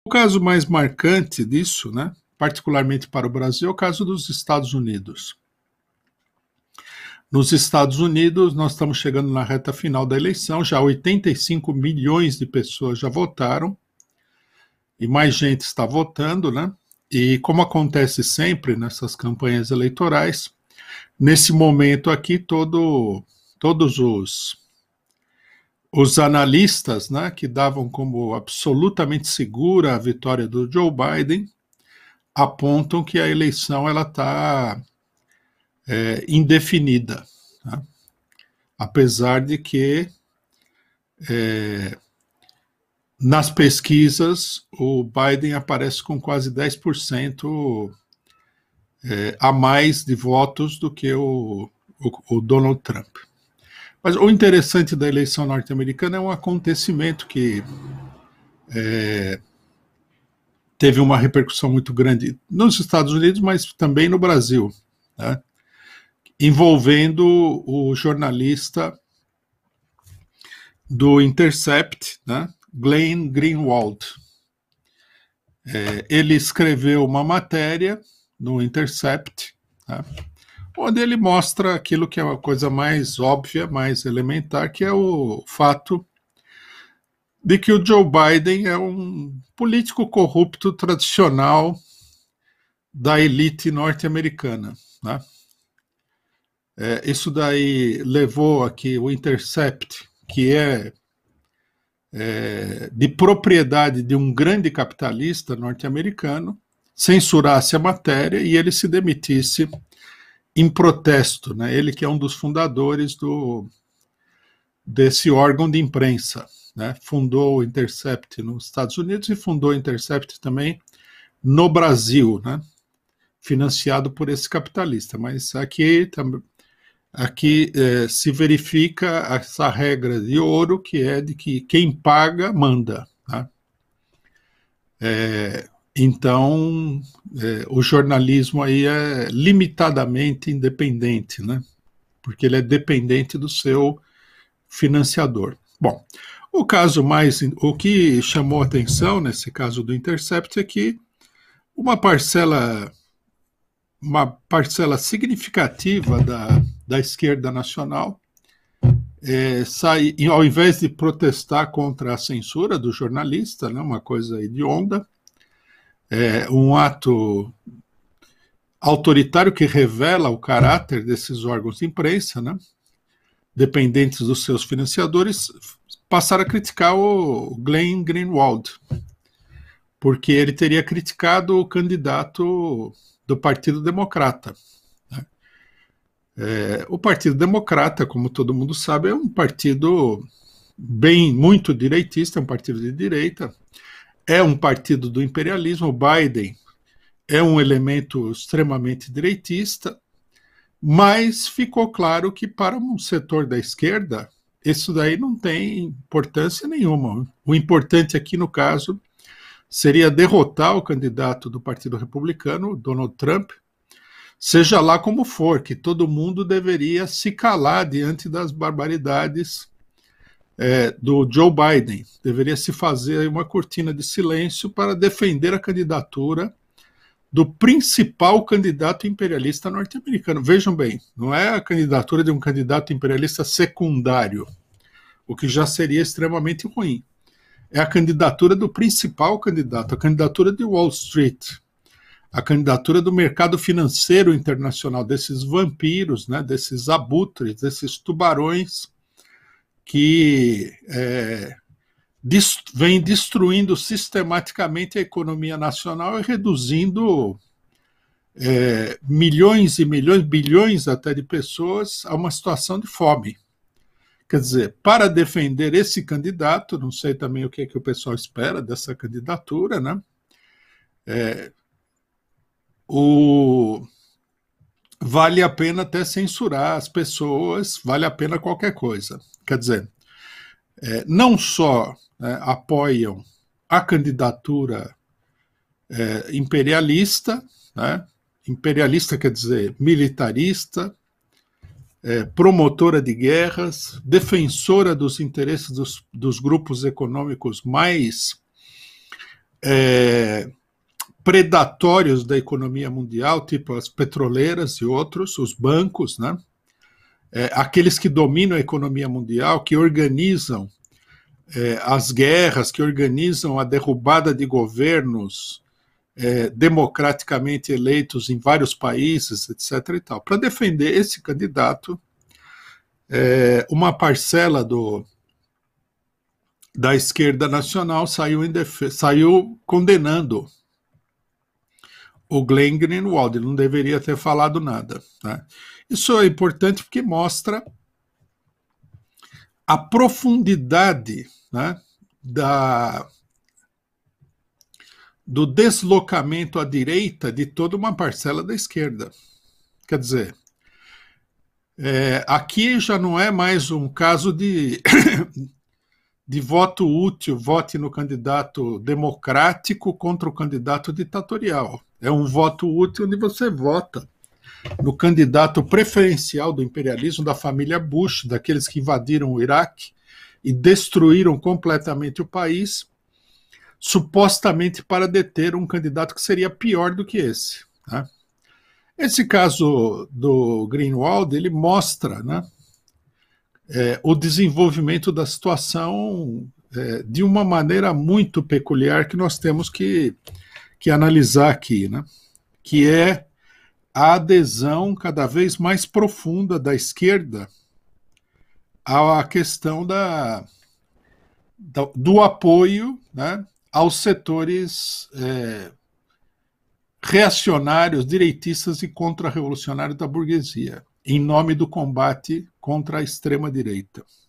O caso mais marcante disso, né, particularmente para o Brasil, é o caso dos Estados Unidos. Nos Estados Unidos, nós estamos chegando na reta final da eleição, já 85 milhões de pessoas já votaram, e mais gente está votando, né? E como acontece sempre nessas campanhas eleitorais, nesse momento aqui, todos os analistas, né, que davam como absolutamente segura a vitória do Joe Biden, apontam que a eleição ela está indefinida, né? Apesar de que nas pesquisas o Biden aparece com quase 10% a mais de votos do que o Donald Trump. Mas o interessante da eleição norte-americana é um acontecimento que teve uma repercussão muito grande nos Estados Unidos, mas também no Brasil, né? Envolvendo o jornalista do Intercept, né, Glenn Greenwald. Ele escreveu uma matéria no Intercept, né, onde ele mostra aquilo que é a coisa mais óbvia, mais elementar, que é o fato de que o Joe Biden é um político corrupto tradicional da elite norte-americana, né? Isso daí levou aqui o Intercept, que é de propriedade de um grande capitalista norte-americano, censurasse a matéria e ele se demitisse em protesto, né? Ele que é um dos fundadores desse órgão de imprensa, né? Fundou o Intercept nos Estados Unidos e fundou o Intercept também no Brasil, né? Financiado por esse capitalista. Mas aqui se verifica essa regra de ouro, que é de que quem paga manda, né? Então, o jornalismo aí é limitadamente independente, né? Porque ele é dependente do seu financiador. Bom, o que chamou atenção nesse caso do Intercept é que uma parcela significativa da esquerda nacional ao invés de protestar contra a censura do jornalista, né, uma coisa hedionda, um ato autoritário que revela o caráter desses órgãos de imprensa, né, dependentes dos seus financiadores, passaram a criticar o Glenn Greenwald, porque ele teria criticado o candidato do Partido Democrata. O Partido Democrata, como todo mundo sabe, é um partido muito direitista, é um partido de direita, é um partido do imperialismo. O Biden é um elemento extremamente direitista, mas ficou claro que para um setor da esquerda isso daí não tem importância nenhuma. O importante aqui, no caso, seria derrotar o candidato do Partido Republicano, Donald Trump, seja lá como for, que todo mundo deveria se calar diante das barbaridades do Joe Biden. Deveria se fazer uma cortina de silêncio para defender a candidatura do principal candidato imperialista norte-americano. Vejam bem, não é a candidatura de um candidato imperialista secundário, o que já seria extremamente ruim. É a candidatura do principal candidato, a candidatura de Wall Street, a candidatura do mercado financeiro internacional, desses vampiros, né, desses abutres, desses tubarões que vem destruindo sistematicamente a economia nacional e reduzindo milhões e milhões, bilhões até de pessoas a uma situação de fome. Quer dizer, para defender esse candidato, não sei também o que o pessoal espera dessa candidatura, né? Vale a pena até censurar as pessoas, vale a pena qualquer coisa. Quer dizer, não só apoiam a candidatura imperialista, né? Imperialista quer dizer militarista, promotora de guerras, defensora dos interesses dos grupos econômicos mais predatórios da economia mundial, tipo as petroleiras e outros, os bancos, né? Aqueles que dominam a economia mundial, que organizam as guerras, que organizam a derrubada de governos democraticamente eleitos em vários países, etc. e tal. Para defender esse candidato, uma parcela da esquerda nacional saiu condenando o Glenn Greenwald. Ele não deveria ter falado nada. Né? Isso é importante porque mostra a profundidade, né, do deslocamento à direita de toda uma parcela da esquerda. Quer dizer, aqui já não é mais um caso de voto útil, vote no candidato democrático contra o candidato ditatorial. É um voto útil onde você vota no candidato preferencial do imperialismo da família Bush, daqueles que invadiram o Iraque e destruíram completamente o país, supostamente para deter um candidato que seria pior do que esse. Né? Esse caso do Greenwald, ele mostra, né, o desenvolvimento da situação de uma maneira muito peculiar que nós temos que analisar aqui, né, que é a adesão cada vez mais profunda da esquerda à questão do apoio, né, aos setores reacionários, direitistas e contra-revolucionários da burguesia, em nome do combate contra a extrema-direita.